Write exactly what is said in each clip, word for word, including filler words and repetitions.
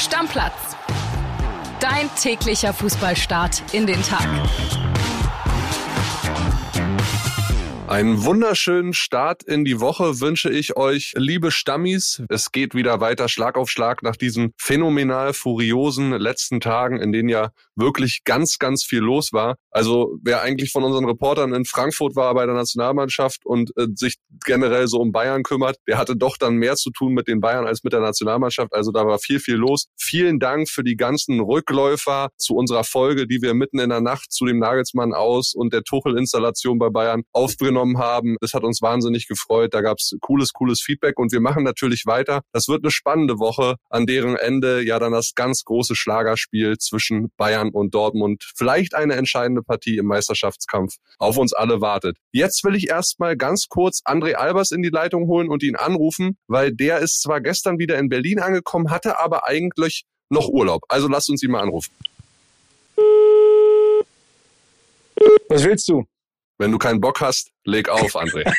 Stammplatz. Dein täglicher Fußballstart in den Tag. Einen wunderschönen Start in die Woche wünsche ich euch, liebe Stammis. Es geht wieder weiter Schlag auf Schlag nach diesen phänomenal furiosen letzten Tagen, in denen ja wirklich ganz, ganz viel los war. Also wer eigentlich von unseren Reportern in Frankfurt war bei der Nationalmannschaft und äh, sich generell so um Bayern kümmert, der hatte doch dann mehr zu tun mit den Bayern als mit der Nationalmannschaft. Also da war viel, viel los. Vielen Dank für die ganzen Rückläufer zu unserer Folge, die wir mitten in der Nacht zu dem Nagelsmann aus und der Tuchel-Installation bei Bayern aufgenommen haben. Das hat uns wahnsinnig gefreut. Da gab es cooles, cooles Feedback und wir machen natürlich weiter. Das wird eine spannende Woche, an deren Ende ja dann das ganz große Schlagerspiel zwischen Bayern und Dortmund, vielleicht eine entscheidende Partie im Meisterschaftskampf, auf uns alle wartet. Jetzt will ich erstmal ganz kurz André Albers in die Leitung holen und ihn anrufen, weil der ist zwar gestern wieder in Berlin angekommen, hatte aber eigentlich noch Urlaub. Also lasst uns ihn mal anrufen. Was willst du? Wenn du keinen Bock hast, leg auf, André.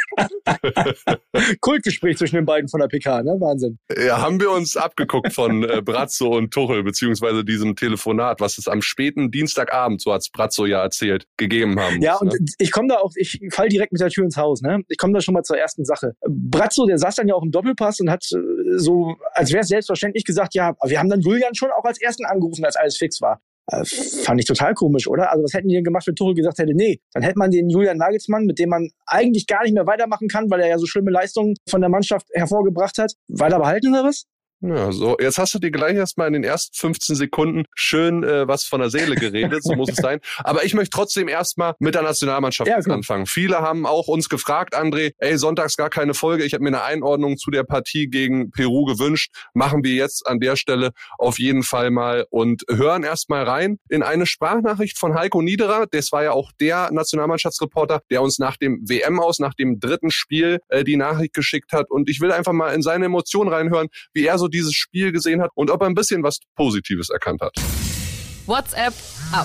Kultgespräch zwischen den beiden von der P K, ne? Wahnsinn. Ja, haben wir uns abgeguckt von äh, Brazzo und Tuchel, beziehungsweise diesem Telefonat, was es am späten Dienstagabend, so hat's Brazzo ja erzählt, gegeben haben muss. Ja, und ne? ich komme da auch, ich fall direkt mit der Tür ins Haus, ne? Ich komme da schon mal zur ersten Sache. Brazzo, der saß dann ja auch im Doppelpass und hat äh, so, als wäre es selbstverständlich gesagt, ja, wir haben dann Julian schon auch als Ersten angerufen, als alles fix war. Äh, fand ich total komisch, oder? Also was hätten die denn gemacht, wenn Tuchel gesagt hätte, nee, dann hätte man den Julian Nagelsmann, mit dem man eigentlich gar nicht mehr weitermachen kann, weil er ja so schlimme Leistungen von der Mannschaft hervorgebracht hat, weiter behalten oder was? Ja, so, jetzt hast du dir gleich erstmal in den ersten fünfzehn Sekunden schön äh, was von der Seele geredet, so muss es sein. Aber ich möchte trotzdem erstmal mit der Nationalmannschaft ja, anfangen. Viele haben auch uns gefragt, André, ey, sonntags gar keine Folge, ich habe mir eine Einordnung zu der Partie gegen Peru gewünscht. Machen wir jetzt an der Stelle auf jeden Fall mal und hören erstmal rein in eine Sprachnachricht von Heiko Niederer. Das war ja auch der Nationalmannschaftsreporter, der uns nach dem W M-Aus, nach dem dritten Spiel äh, die Nachricht geschickt hat. Und ich will einfach mal in seine Emotionen reinhören, wie er so dieses Spiel gesehen hat und ob er ein bisschen was Positives erkannt hat. WhatsApp ab.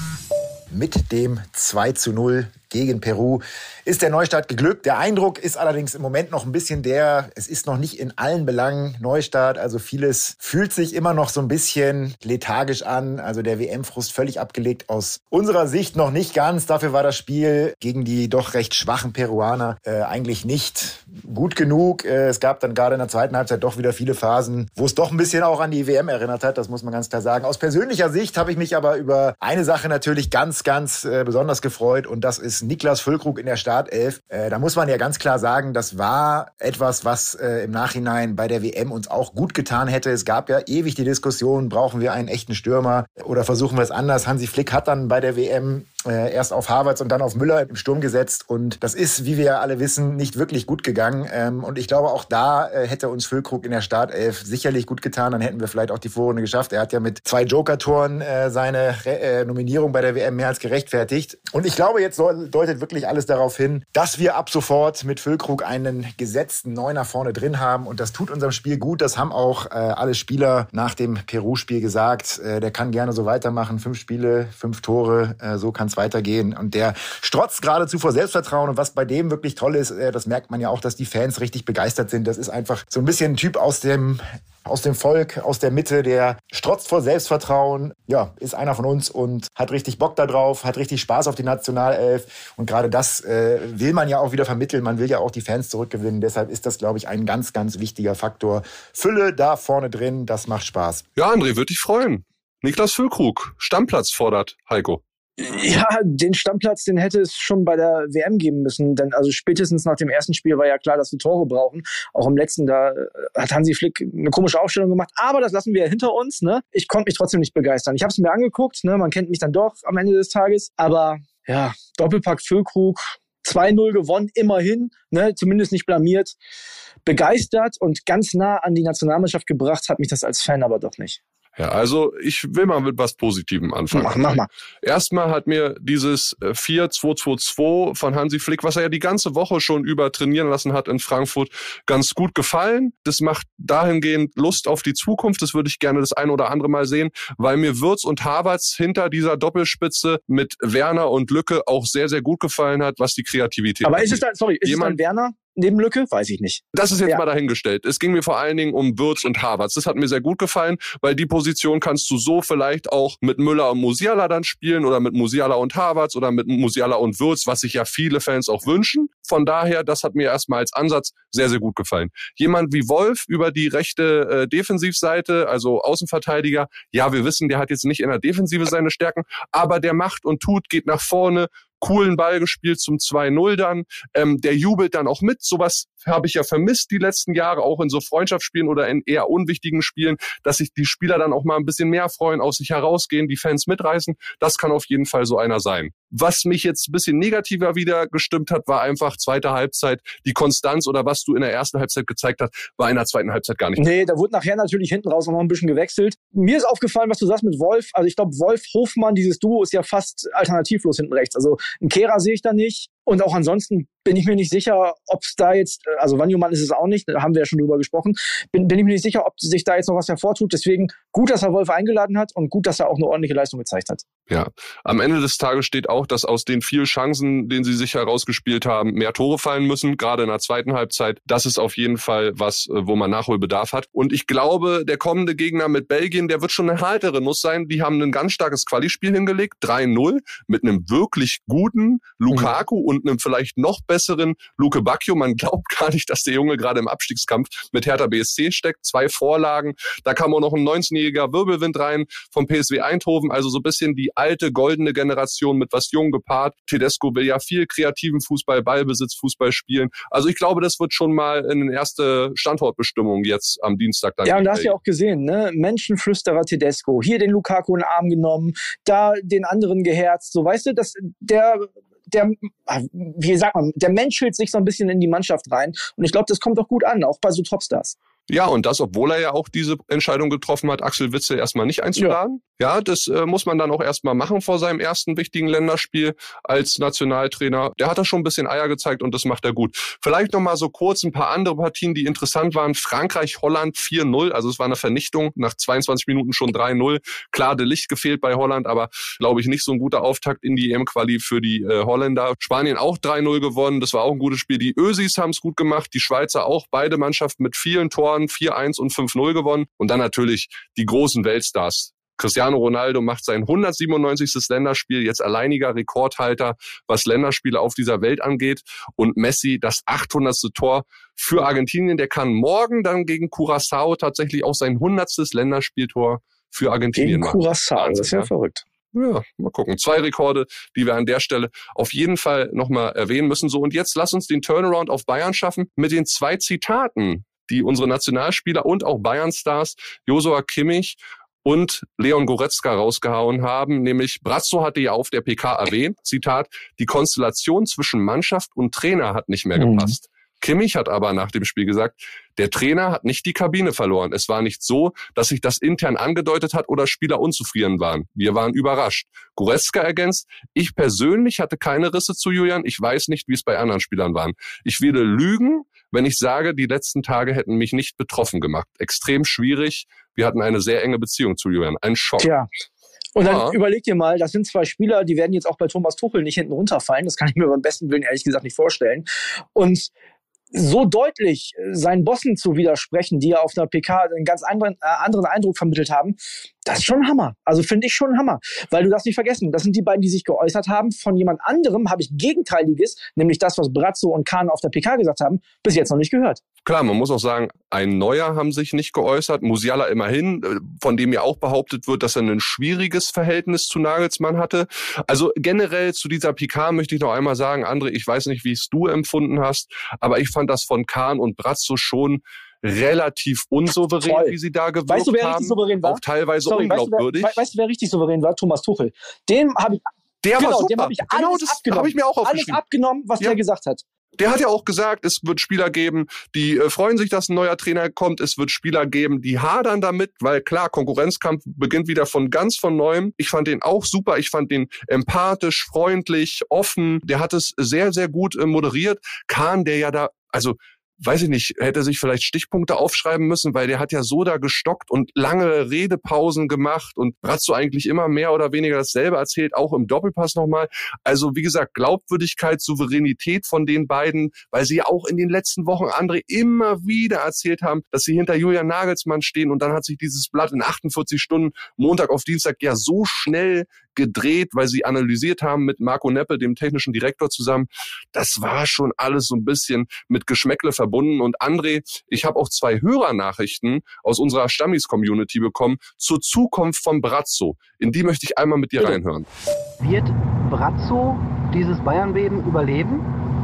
Mit dem zwei zu null gegen Peru ist der Neustart geglückt. Der Eindruck ist allerdings im Moment noch ein bisschen der, es ist noch nicht in allen Belangen Neustart. Also vieles fühlt sich immer noch so ein bisschen lethargisch an. Also der W M-Frust völlig abgelegt. Aus unserer Sicht noch nicht ganz. Dafür war das Spiel gegen die doch recht schwachen Peruaner äh, eigentlich nicht gut genug. Äh, es gab dann gerade in der zweiten Halbzeit doch wieder viele Phasen, wo es doch ein bisschen auch an die W M erinnert hat. Das muss man ganz klar sagen. Aus persönlicher Sicht habe ich mich aber über eine Sache natürlich ganz, ganz äh, besonders gefreut. Und das ist Niklas Füllkrug in der Startelf. Äh, da muss man ja ganz klar sagen, das war etwas, was äh, im Nachhinein bei der W M uns auch gut getan hätte. Es gab ja ewig die Diskussion, brauchen wir einen echten Stürmer oder versuchen wir es anders. Hansi Flick hat dann bei der W M äh, erst auf Havertz und dann auf Müller im Sturm gesetzt und das ist, wie wir ja alle wissen, nicht wirklich gut gegangen. Ähm, und ich glaube, auch da äh, hätte uns Füllkrug in der Startelf sicherlich gut getan. Dann hätten wir vielleicht auch die Vorrunde geschafft. Er hat ja mit zwei Joker-Toren äh, seine Re- äh, Nominierung bei der W M mehr als gerechtfertigt. Und ich glaube, jetzt soll deutet wirklich alles darauf hin, dass wir ab sofort mit Füllkrug einen gesetzten Neuner vorne drin haben. Und das tut unserem Spiel gut. Das haben auch äh, alle Spieler nach dem Peru-Spiel gesagt. Äh, der kann gerne so weitermachen. Fünf Spiele, fünf Tore, äh, so kann es weitergehen. Und der strotzt geradezu vor Selbstvertrauen. Und was bei dem wirklich toll ist, äh, das merkt man ja auch, dass die Fans richtig begeistert sind. Das ist einfach so ein bisschen ein Typ aus dem aus dem Volk, aus der Mitte, der strotzt vor Selbstvertrauen, ja, ist einer von uns und hat richtig Bock da drauf, hat richtig Spaß auf die Nationalelf und gerade das äh, will man ja auch wieder vermitteln, man will ja auch die Fans zurückgewinnen, deshalb ist das, glaube ich, ein ganz, ganz wichtiger Faktor. Fülle da vorne drin, das macht Spaß. Ja, André, würde dich freuen. Niklas Füllkrug, Stammplatz fordert Heiko. Ja, den Stammplatz, den hätte es schon bei der W M geben müssen, denn also spätestens nach dem ersten Spiel war ja klar, dass wir Tore brauchen. Auch im letzten, da hat Hansi Flick eine komische Aufstellung gemacht, aber das lassen wir ja hinter uns, ne? Ich konnte mich trotzdem nicht begeistern. Ich habe es mir angeguckt, ne? Man kennt mich dann doch am Ende des Tages, aber ja, Doppelpack Füllkrug, zwei null gewonnen, immerhin, ne? Zumindest nicht blamiert. Begeistert und ganz nah an die Nationalmannschaft gebracht hat mich das als Fan aber doch nicht. Ja, also ich will mal mit was Positivem anfangen. Mach, mach mal. Erstmal hat mir dieses vier zwei zwei zwei von Hansi Flick, was er ja die ganze Woche schon über trainieren lassen hat in Frankfurt, ganz gut gefallen. Das macht dahingehend Lust auf die Zukunft. Das würde ich gerne das ein oder andere Mal sehen, weil mir Wirtz und Havertz hinter dieser Doppelspitze mit Werner und Lücke auch sehr, sehr gut gefallen hat, was die Kreativität Aber angeht. ist es dann, sorry, ist Jemand, es dann Werner? neben Lücke? Weiß ich nicht. Das ist jetzt ja. mal dahingestellt. Es ging mir vor allen Dingen um Wirtz und Havertz. Das hat mir sehr gut gefallen, weil die Position kannst du so vielleicht auch mit Müller und Musiala dann spielen oder mit Musiala und Havertz oder mit Musiala und Wirtz, was sich ja viele Fans auch wünschen. Von daher, das hat mir erstmal als Ansatz sehr, sehr gut gefallen. Jemand wie Wolf über die rechte äh, Defensivseite, also Außenverteidiger, ja, wir wissen, der hat jetzt nicht in der Defensive seine Stärken, aber der macht und tut, geht nach vorne, coolen Ball gespielt zum zwei null dann. Ähm, der jubelt dann auch mit. Sowas habe ich ja vermisst die letzten Jahre, auch in so Freundschaftsspielen oder in eher unwichtigen Spielen, dass sich die Spieler dann auch mal ein bisschen mehr freuen, aus sich herausgehen, die Fans mitreißen. Das kann auf jeden Fall so einer sein. Was mich jetzt ein bisschen negativer wieder gestimmt hat, war einfach zweite Halbzeit. Die Konstanz oder was du in der ersten Halbzeit gezeigt hast, war in der zweiten Halbzeit gar nicht. Nee, da wurde nachher natürlich hinten raus noch ein bisschen gewechselt. Mir ist aufgefallen, was du sagst mit Wolf. Also ich glaube, Wolf-Hofmann, dieses Duo ist ja fast alternativlos hinten rechts. Also einen Kehrer sehe ich da nicht. Und auch ansonsten bin ich mir nicht sicher, ob es da jetzt, also Wanyuman ist es auch nicht, da haben wir ja schon drüber gesprochen, bin, bin ich mir nicht sicher, ob sich da jetzt noch was hervortut. Deswegen gut, dass er Wolf eingeladen hat und gut, dass er auch eine ordentliche Leistung gezeigt hat. Ja, am Ende des Tages steht auch, dass aus den vielen Chancen, denen sie sich herausgespielt haben, mehr Tore fallen müssen, gerade in der zweiten Halbzeit. Das ist auf jeden Fall was, wo man Nachholbedarf hat. Und ich glaube, der kommende Gegner mit Belgien, der wird schon eine härtere Nuss sein. Die haben ein ganz starkes Quali-Spiel hingelegt, drei null, mit einem wirklich guten Lukaku mhm. und einem vielleicht noch besseren Luke Bacchio. Man glaubt gar nicht, dass der Junge gerade im Abstiegskampf mit Hertha B S C steckt. Zwei Vorlagen. Da kam auch noch ein neunzehnjähriger Wirbelwind rein vom P S V Eindhoven. Also so ein bisschen die alte, goldene Generation mit was jung gepaart. Tedesco will ja viel kreativen Fußball, Ballbesitz, Fußball spielen. Also ich glaube, das wird schon mal eine erste Standortbestimmung jetzt am Dienstag. Dann ja, und da hast du ja auch gesehen, ne? Menschenflüsterer Tedesco. Hier den Lukaku in den Arm genommen, da den anderen geherzt. So, weißt du, dass der... der, wie sagt man, der menschelt sich so ein bisschen in die Mannschaft rein. Und ich glaube, das kommt auch gut an, auch bei so Topstars. Ja, und das, obwohl er ja auch diese Entscheidung getroffen hat, Axel Witsel erstmal nicht einzuladen. Ja, ja das äh, muss man dann auch erstmal machen vor seinem ersten wichtigen Länderspiel als Nationaltrainer. Der hat da schon ein bisschen Eier gezeigt und das macht er gut. Vielleicht nochmal so kurz ein paar andere Partien, die interessant waren. Frankreich, Holland vier null, also es war eine Vernichtung. Nach zweiundzwanzig Minuten schon drei null. Klar, de Licht gefehlt bei Holland, aber glaube ich nicht so ein guter Auftakt in die E M-Quali für die äh, Holländer. Spanien auch drei null gewonnen, das war auch ein gutes Spiel. Die Ösis haben es gut gemacht, die Schweizer auch, beide Mannschaften mit vielen Toren. vier eins und fünf null gewonnen. Und dann natürlich die großen Weltstars. Cristiano Ronaldo macht sein hundertsiebenundneunzigstes Länderspiel, jetzt alleiniger Rekordhalter, was Länderspiele auf dieser Welt angeht. Und Messi das achthundertste Tor für Argentinien. Der kann morgen dann gegen Curaçao tatsächlich auch sein hundertstes Länderspieltor für Argentinien machen. Gegen Curaçao, das ist ja, ja verrückt. Ja, mal gucken. Zwei Rekorde, die wir an der Stelle auf jeden Fall nochmal erwähnen müssen. So, und jetzt lass uns den Turnaround auf Bayern schaffen mit den zwei Zitaten, die unsere Nationalspieler und auch Bayern-Stars Joshua Kimmich und Leon Goretzka rausgehauen haben. Nämlich Brazzo hatte ja auf der P K erwähnt, Zitat, die Konstellation zwischen Mannschaft und Trainer hat nicht mehr gepasst. Mhm. Kimmich hat aber nach dem Spiel gesagt, der Trainer hat nicht die Kabine verloren. Es war nicht so, dass sich das intern angedeutet hat oder Spieler unzufrieden waren. Wir waren überrascht. Goretzka ergänzt, ich persönlich hatte keine Risse zu Julian. Ich weiß nicht, wie es bei anderen Spielern waren. Ich würde lügen, wenn ich sage, die letzten Tage hätten mich nicht betroffen gemacht. Extrem schwierig. Wir hatten eine sehr enge Beziehung zu Julian. Ein Schock. Tja. Und dann ja. überleg dir mal, das sind zwei Spieler, die werden jetzt auch bei Thomas Tuchel nicht hinten runterfallen. Das kann ich mir beim besten Willen ehrlich gesagt nicht vorstellen. Und so deutlich seinen Bossen zu widersprechen, die ja auf der P K einen ganz anderen, äh, anderen Eindruck vermittelt haben, das ist schon ein Hammer. Also finde ich schon ein Hammer. Weil du darfst nicht vergessen, das sind die beiden, die sich geäußert haben. Von jemand anderem habe ich Gegenteiliges, nämlich das, was Brazzo und Kahn auf der P K gesagt haben, bis jetzt noch nicht gehört. Klar, man muss auch sagen, ein Neuer haben sich nicht geäußert. Musiala immerhin, von dem ja auch behauptet wird, dass er ein schwieriges Verhältnis zu Nagelsmann hatte. Also generell zu dieser P K möchte ich noch einmal sagen, André, ich weiß nicht, wie es du empfunden hast, aber ich fand das von Kahn und Brazzo schon relativ unsouverän, Voll. wie sie da gewirkt haben. Weißt du, wer richtig souverän war? Auch teilweise Sorry, unglaubwürdig. Weißt du, wer, weißt du, wer richtig souverän war? Thomas Tuchel. Dem habe ich, der genau, war super. dem habe ich alles genau, das abgenommen. Hab ich mir auch aufgeschrieben. Alles abgenommen, was ja. der gesagt hat. Der hat ja auch gesagt, es wird Spieler geben, die äh, freuen sich, dass ein neuer Trainer kommt. Es wird Spieler geben, die hadern damit, weil klar, Konkurrenzkampf beginnt wieder von ganz von Neuem. Ich fand den auch super. Ich fand den empathisch, freundlich, offen. Der hat es sehr, sehr gut äh, moderiert. Kahn, der ja da, also weiß ich nicht, hätte sich vielleicht Stichpunkte aufschreiben müssen, weil der hat ja so da gestockt und lange Redepausen gemacht und Brazzo eigentlich immer mehr oder weniger dasselbe erzählt, auch im Doppelpass nochmal. Also wie gesagt, Glaubwürdigkeit, Souveränität von den beiden, weil sie ja auch in den letzten Wochen André immer wieder erzählt haben, dass sie hinter Julian Nagelsmann stehen und dann hat sich dieses Blatt in achtundvierzig Stunden, Montag auf Dienstag, ja so schnell gedreht, weil sie analysiert haben mit Marco Neppe, dem technischen Direktor zusammen. Das war schon alles so ein bisschen mit Geschmäckle verbunden. Und André, ich habe auch zwei Hörernachrichten aus unserer Stammis-Community bekommen zur Zukunft von Brazzo. In die möchte ich einmal mit dir reinhören. Wird Brazzo dieses Bayern-Beben überleben?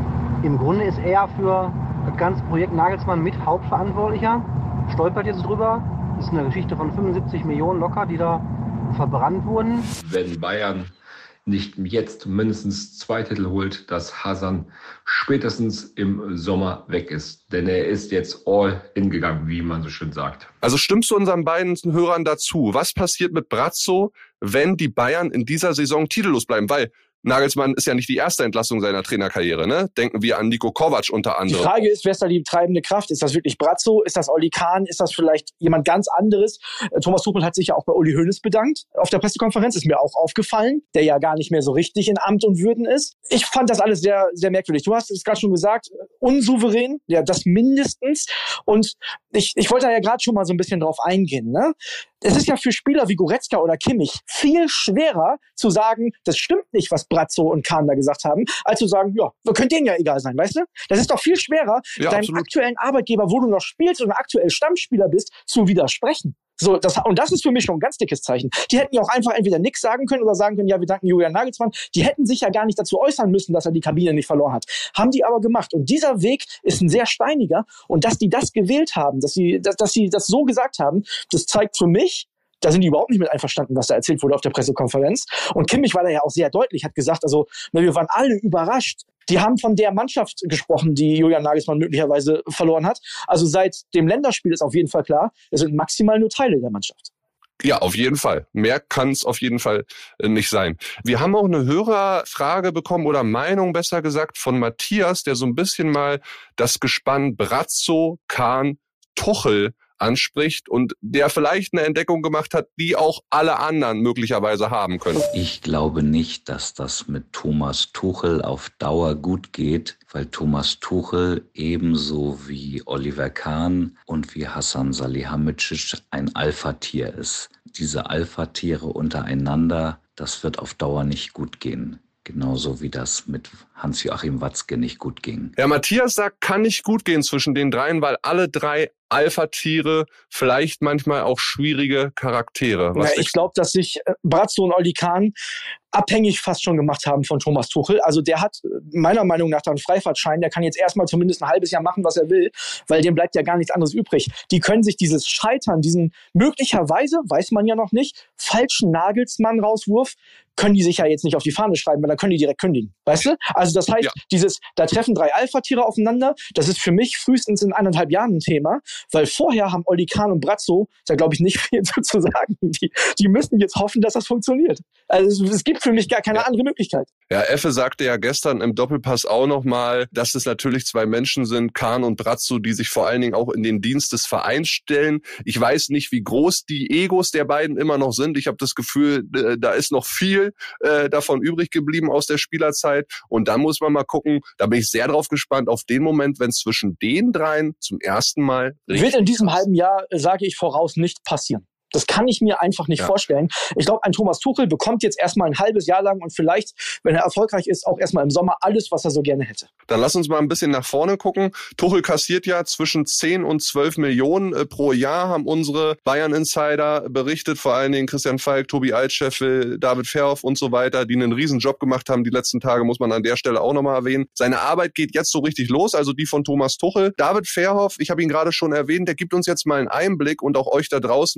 Im Grunde ist er für das ganze Projekt Nagelsmann mit Hauptverantwortlicher. Stolpert jetzt drüber. Das ist eine Geschichte von fünfundsiebzig Millionen locker, die da verbrannt wurden. Wenn Bayern nicht jetzt mindestens zwei Titel holt, dass Hasan spätestens im Sommer weg ist. Denn er ist jetzt all in gegangen, wie man so schön sagt. Also stimmst du unseren beiden Hörern dazu? Was passiert mit Brazzo, wenn die Bayern in dieser Saison titellos bleiben? Weil Nagelsmann ist ja nicht die erste Entlassung seiner Trainerkarriere, ne? Denken wir an Nico Kovac unter anderem. Die Frage ist, wer ist da die treibende Kraft? Ist das wirklich Brazzo? Ist das Oli Kahn? Ist das vielleicht jemand ganz anderes? Thomas Tuchel hat sich ja auch bei Uli Hoeneß bedankt auf der Pressekonferenz. Ist mir auch aufgefallen, der ja gar nicht mehr so richtig in Amt und Würden ist. Ich fand das alles sehr, sehr merkwürdig. Du hast es gerade schon gesagt, unsouverän, ja, das mindestens. Und ich, ich wollte da ja gerade schon mal so ein bisschen drauf eingehen, ne? Es ist ja für Spieler wie Goretzka oder Kimmich viel schwerer zu sagen, das stimmt nicht, was Brazzo und Kahn da gesagt haben, als zu sagen, ja, könnte denen ja egal sein, weißt du? Das ist doch viel schwerer, ja, deinem absolut. aktuellen Arbeitgeber, wo du noch spielst und aktuell Stammspieler bist, zu widersprechen. So, das, und das ist für mich schon ein ganz dickes Zeichen. Die hätten ja auch einfach entweder nichts sagen können oder sagen können, ja, wir danken Julian Nagelsmann. Die hätten sich ja gar nicht dazu äußern müssen, dass er die Kabine nicht verloren hat. Haben die aber gemacht. Und dieser Weg ist ein sehr steiniger. Und dass die das gewählt haben, dass sie, dass, dass sie das so gesagt haben, das zeigt für mich, da sind die überhaupt nicht mit einverstanden, was da erzählt wurde auf der Pressekonferenz. Und Kimmich war da ja auch sehr deutlich, hat gesagt, also, na, wir waren alle überrascht. Die haben von der Mannschaft gesprochen, die Julian Nagelsmann möglicherweise verloren hat. Also seit dem Länderspiel ist auf jeden Fall klar, es sind maximal nur Teile der Mannschaft. Ja, auf jeden Fall. Mehr kann es auf jeden Fall nicht sein. Wir haben auch eine Hörerfrage bekommen oder Meinung besser gesagt von Matthias, der so ein bisschen mal das Gespann Brazzo, Kahn, Tuchel anspricht und der vielleicht eine Entdeckung gemacht hat, die auch alle anderen möglicherweise haben können. Ich glaube nicht, dass das mit Thomas Tuchel auf Dauer gut geht, weil Thomas Tuchel ebenso wie Oliver Kahn und wie Hasan Salihamidzic ein Alpha-Tier ist. Diese Alpha-Tiere untereinander, das wird auf Dauer nicht gut gehen. Genauso wie das mit Hans-Joachim Watzke nicht gut ging. Ja, Matthias sagt, kann nicht gut gehen zwischen den dreien, weil alle drei Alpha-Tiere, vielleicht manchmal auch schwierige Charaktere. Was ja, ich glaube, dass sich Brazzo und Oli Kahn abhängig fast schon gemacht haben von Thomas Tuchel. Also der hat meiner Meinung nach da einen Freifahrtschein. Der kann jetzt erstmal zumindest ein halbes Jahr machen, was er will, weil dem bleibt ja gar nichts anderes übrig. Die können sich dieses Scheitern, diesen möglicherweise, weiß man ja noch nicht, falschen Nagelsmann-Rauswurf, können die sich ja jetzt nicht auf die Fahne schreiben, weil dann können die direkt kündigen. Weißt du? Also das heißt, ja. dieses, da treffen drei Alpha-Tiere aufeinander. Das ist für mich frühestens in eineinhalb Jahren ein Thema, weil vorher haben Oli Kahn und Brazzo da, glaube ich, nicht viel zu sagen. Die, die müssen jetzt hoffen, dass das funktioniert. Also es, es gibt für mich gar keine ja. andere Möglichkeit. Ja, Effe sagte ja gestern im Doppelpass auch nochmal, dass es natürlich zwei Menschen sind, Kahn und Brazzo, die sich vor allen Dingen auch in den Dienst des Vereins stellen. Ich weiß nicht, wie groß die Egos der beiden immer noch sind. Ich habe das Gefühl, äh, da ist noch viel äh, davon übrig geblieben aus der Spielerzeit. Und dann muss man mal gucken, da bin ich sehr drauf gespannt, auf den Moment, wenn es zwischen den dreien zum ersten Mal wird in diesem halben Jahr, sage ich voraus, nicht passieren. Das kann ich mir einfach nicht ja. vorstellen. Ich glaube, ein Thomas Tuchel bekommt jetzt erstmal ein halbes Jahr lang und vielleicht, wenn er erfolgreich ist, auch erstmal im Sommer alles, was er so gerne hätte. Dann lass uns mal ein bisschen nach vorne gucken. Tuchel kassiert ja zwischen zehn und zwölf Millionen pro Jahr, haben unsere Bayern-Insider berichtet, vor allen Dingen Christian Falk, Tobi Altscheffel, David Verhoff und so weiter, die einen riesen Job gemacht haben die letzten Tage, muss man an der Stelle auch nochmal erwähnen. Seine Arbeit geht jetzt so richtig los, also die von Thomas Tuchel. David Verhoff, ich habe ihn gerade schon erwähnt, der gibt uns jetzt mal einen Einblick und auch euch da draußen, wie die erste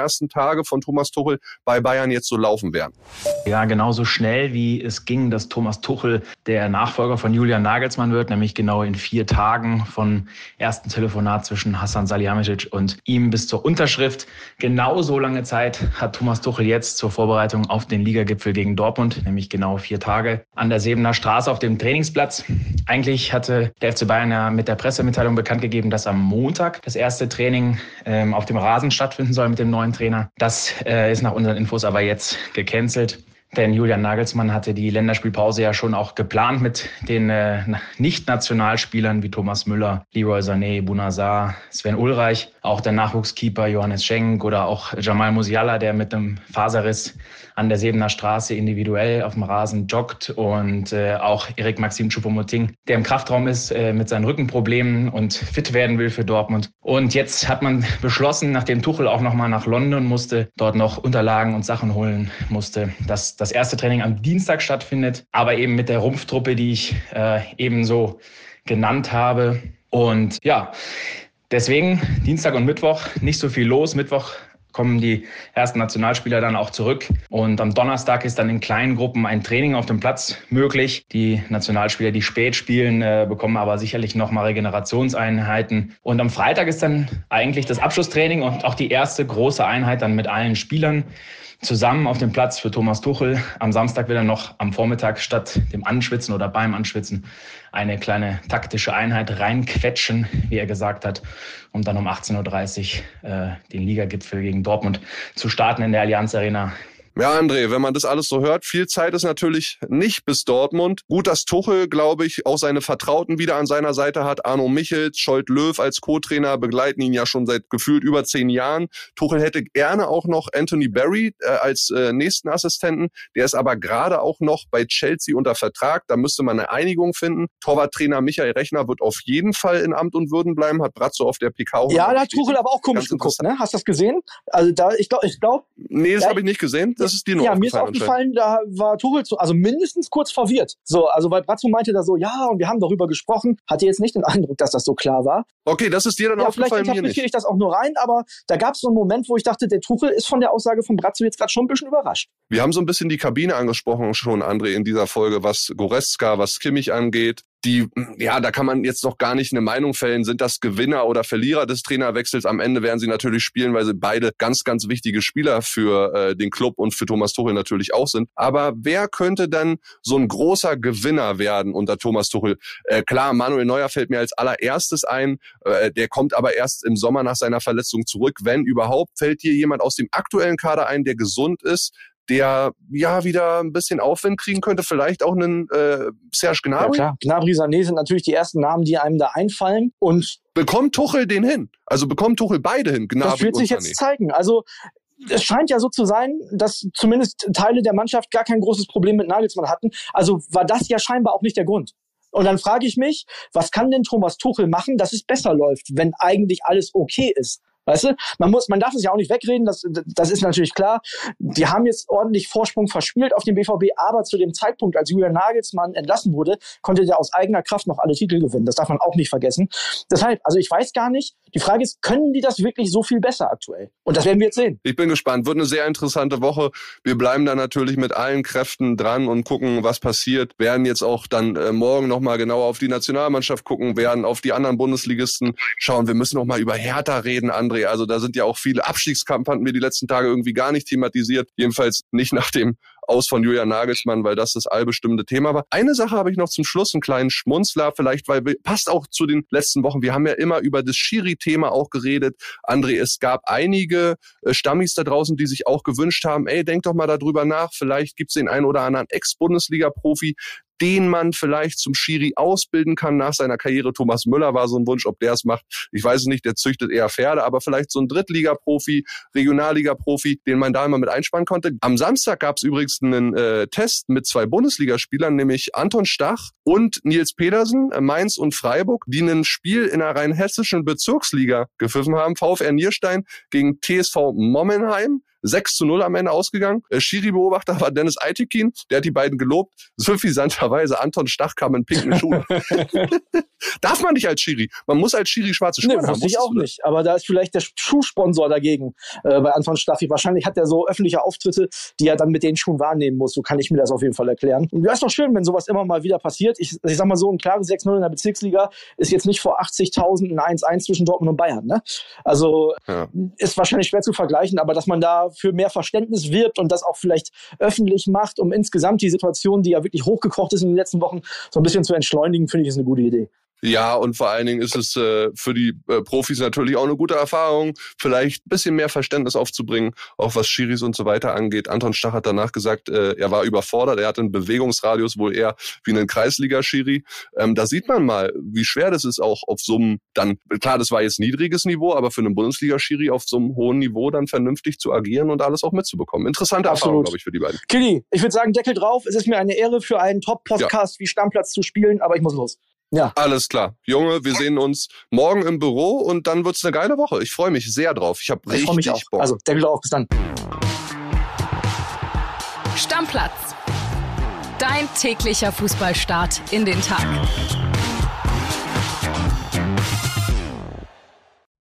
ersten Tage von Thomas Tuchel bei Bayern jetzt so laufen werden? Ja, genauso schnell wie es ging, dass Thomas Tuchel der Nachfolger von Julian Nagelsmann wird, nämlich genau in vier Tagen von ersten Telefonat zwischen Hasan Salihamidzic und ihm bis zur Unterschrift. Genauso lange Zeit hat Thomas Tuchel jetzt zur Vorbereitung auf den Ligagipfel gegen Dortmund, nämlich genau vier Tage an der Sebener Straße auf dem Trainingsplatz. Eigentlich hatte der F C Bayern ja mit der Pressemitteilung bekannt gegeben, dass am Montag das erste Training ähm, auf dem Rasen stattfinden soll mit dem neuen Trainer. Das äh, ist nach unseren Infos aber jetzt gecancelt. Denn Julian Nagelsmann hatte die Länderspielpause ja schon auch geplant mit den äh, Nicht-Nationalspielern wie Thomas Müller, Leroy Sané, Bouna Sarr, Sven Ulreich, auch der Nachwuchskeeper Johannes Schenk oder auch Jamal Musiala, der mit einem Faserriss an der Sebener Straße individuell auf dem Rasen joggt und äh, auch Eric Maxim Choupo-Moting, der im Kraftraum ist äh, mit seinen Rückenproblemen und fit werden will für Dortmund. Und jetzt hat man beschlossen, nachdem Tuchel auch nochmal nach London musste, dort noch Unterlagen und Sachen holen musste, dass das erste Training am Dienstag stattfindet, aber eben mit der Rumpftruppe, die ich äh, ebenso genannt habe. Und ja, deswegen Dienstag und Mittwoch nicht so viel los. Mittwoch kommen die ersten Nationalspieler dann auch zurück. Und am Donnerstag ist dann in kleinen Gruppen ein Training auf dem Platz möglich. Die Nationalspieler, die spät spielen, äh, bekommen aber sicherlich nochmal Regenerationseinheiten. Und am Freitag ist dann eigentlich das Abschlusstraining und auch die erste große Einheit dann mit allen Spielern zusammen auf dem Platz für Thomas Tuchel. Am Samstag will er noch am Vormittag statt dem Anschwitzen oder beim Anschwitzen eine kleine taktische Einheit reinquetschen, wie er gesagt hat, um dann um achtzehn Uhr dreißig äh, den Ligagipfel gegen Dortmund zu starten in der Allianz Arena. Ja, André, wenn man das alles so hört, viel Zeit ist natürlich nicht bis Dortmund. Gut, dass Tuchel, glaube ich, auch seine Vertrauten wieder an seiner Seite hat. Arno Michels, Scholt Löw als Co-Trainer begleiten ihn ja schon seit gefühlt über zehn Jahren. Tuchel hätte gerne auch noch Anthony Barry äh, als äh, nächsten Assistenten. Der ist aber gerade auch noch bei Chelsea unter Vertrag. Da müsste man eine Einigung finden. Torwarttrainer Michael Rechner wird auf jeden Fall in Amt und Würden bleiben, hat Bratzo auf der P K. Ja, da hat Tuchel aber auch komisch geguckt, ne? Hast du das gesehen? Also da, ich glaube, ich glaube. Nee, das ja, habe ich nicht gesehen. Das ist dir nur ja, mir ist aufgefallen, da war Tuchel zu, also mindestens kurz verwirrt. So, also weil Bratzo meinte da so, ja, und wir haben darüber gesprochen, hatte jetzt nicht den Eindruck, dass das so klar war. Okay, das ist dir dann ja, aufgefallen, vielleicht interpretiere ich das auch nur rein, aber da gab es so einen Moment, wo ich dachte, der Tuchel ist von der Aussage von Bratzo jetzt gerade schon ein bisschen überrascht. Wir haben so ein bisschen die Kabine angesprochen schon, André, in dieser Folge, was Goretzka, was Kimmich angeht. Die, ja, da kann man jetzt noch gar nicht eine Meinung fällen. Sind das Gewinner oder Verlierer des Trainerwechsels? Am Ende werden sie natürlich spielen, weil sie beide ganz, ganz wichtige Spieler für äh, den Club und für Thomas Tuchel natürlich auch sind. Aber wer könnte dann so ein großer Gewinner werden unter Thomas Tuchel? Äh, klar, Manuel Neuer fällt mir als allererstes ein. Äh, der kommt aber erst im Sommer nach seiner Verletzung zurück. Wenn überhaupt, fällt dir jemand aus dem aktuellen Kader ein, der gesund ist, der ja wieder ein bisschen Aufwind kriegen könnte, vielleicht auch einen äh, Serge Gnabry? Ja klar, Gnabry, Sané sind natürlich die ersten Namen, die einem da einfallen. Und bekommt Tuchel den hin? Also bekommt Tuchel beide hin, Gnabry das wird sich und jetzt zeigen. Also es scheint ja so zu sein, dass zumindest Teile der Mannschaft gar kein großes Problem mit Nagelsmann hatten. Also war das ja scheinbar auch nicht der Grund. Und dann frage ich mich, was kann denn Thomas Tuchel machen, dass es besser läuft, wenn eigentlich alles okay ist? Weißt du, man muss, man darf es ja auch nicht wegreden, das, das ist natürlich klar. Die haben jetzt ordentlich Vorsprung verspielt auf dem B V B, aber zu dem Zeitpunkt, als Julian Nagelsmann entlassen wurde, konnte der aus eigener Kraft noch alle Titel gewinnen. Das darf man auch nicht vergessen. Deshalb, also ich weiß gar nicht, die Frage ist, können die das wirklich so viel besser aktuell? Und das werden wir jetzt sehen. Ich bin gespannt, wird eine sehr interessante Woche. Wir bleiben da natürlich mit allen Kräften dran und gucken, was passiert. Werden jetzt auch dann äh, morgen nochmal genauer auf die Nationalmannschaft gucken, werden auf die anderen Bundesligisten schauen. Wir müssen nochmal über Hertha reden, André. Also da sind ja auch viele Abstiegskampf, hatten wir die letzten Tage irgendwie gar nicht thematisiert. Jedenfalls nicht nach dem Aus von Julian Nagelsmann, weil das das allbestimmte Thema war. Eine Sache habe ich noch zum Schluss, einen kleinen Schmunzler vielleicht, weil wir, passt auch zu den letzten Wochen. Wir haben ja immer über das Schiri-Thema auch geredet. André, es gab einige äh, Stammis da draußen, die sich auch gewünscht haben, ey, denk doch mal darüber nach, vielleicht gibt es den einen oder anderen Ex-Bundesliga-Profi, den man vielleicht zum Schiri ausbilden kann nach seiner Karriere. Thomas Müller war so ein Wunsch, ob der es macht. Ich weiß es nicht, der züchtet eher Pferde, aber vielleicht so ein Drittliga-Profi, Regionalliga-Profi, den man da immer mit einspannen konnte. Am Samstag gab es übrigens einen äh, Test mit zwei Bundesligaspielern, nämlich Anton Stach und Nils Pedersen, äh, Mainz und Freiburg, die ein Spiel in der rheinhessischen Bezirksliga gepfiffen haben. VfR Nierstein gegen T S V Mommenheim. sechs zu null am Ende ausgegangen. Äh, Schiri-Beobachter war Dennis Aytekin, der hat die beiden gelobt. Suffisanterweise Anton Stach kam in pinken Schuhen. Darf man nicht als Schiri. Man muss als Schiri schwarze Schuhe nee, haben. Wusste ich auch nicht. Aber da ist vielleicht der Schuhsponsor dagegen äh, bei Anton Stach. Wahrscheinlich hat er so öffentliche Auftritte, die er dann mit den Schuhen wahrnehmen muss. So kann ich mir das auf jeden Fall erklären. Und ja, ist doch schön, wenn sowas immer mal wieder passiert. Ich, ich sag mal so, ein klares sechs null in der Bezirksliga ist jetzt nicht vor achtzigtausend ein eins eins zwischen Dortmund und Bayern. Ne? Also ja. Ist wahrscheinlich schwer zu vergleichen, aber dass man da für mehr Verständnis wirbt und das auch vielleicht öffentlich macht, um insgesamt die Situation, die ja wirklich hochgekocht ist in den letzten Wochen, so ein bisschen zu entschleunigen, finde ich, ist eine gute Idee. Ja, und vor allen Dingen ist es äh, für die äh, Profis natürlich auch eine gute Erfahrung, vielleicht ein bisschen mehr Verständnis aufzubringen, auch was Schiris und so weiter angeht. Anton Stach hat danach gesagt, äh, er war überfordert, er hatte einen Bewegungsradius wohl eher wie einen Kreisliga-Schiri. Ähm, da sieht man mal, wie schwer das ist, auch auf so einem, dann, klar, das war jetzt niedriges Niveau, aber für einen Bundesliga-Schiri auf so einem hohen Niveau dann vernünftig zu agieren und alles auch mitzubekommen. Interessante Absolut. Erfahrung, glaube ich, für die beiden. Kili, ich würde sagen, Deckel drauf. Es ist mir eine Ehre, für einen Top-Podcast ja. wie Stammplatz zu spielen, aber ich muss los. Ja. Alles klar. Junge, wir sehen uns morgen im Büro und dann wird's eine geile Woche. Ich freue mich sehr drauf. Ich habe richtig freu mich auch. Bock. Also, Deckel auf, bis dann. Stammplatz. Dein täglicher Fußballstart in den Tag.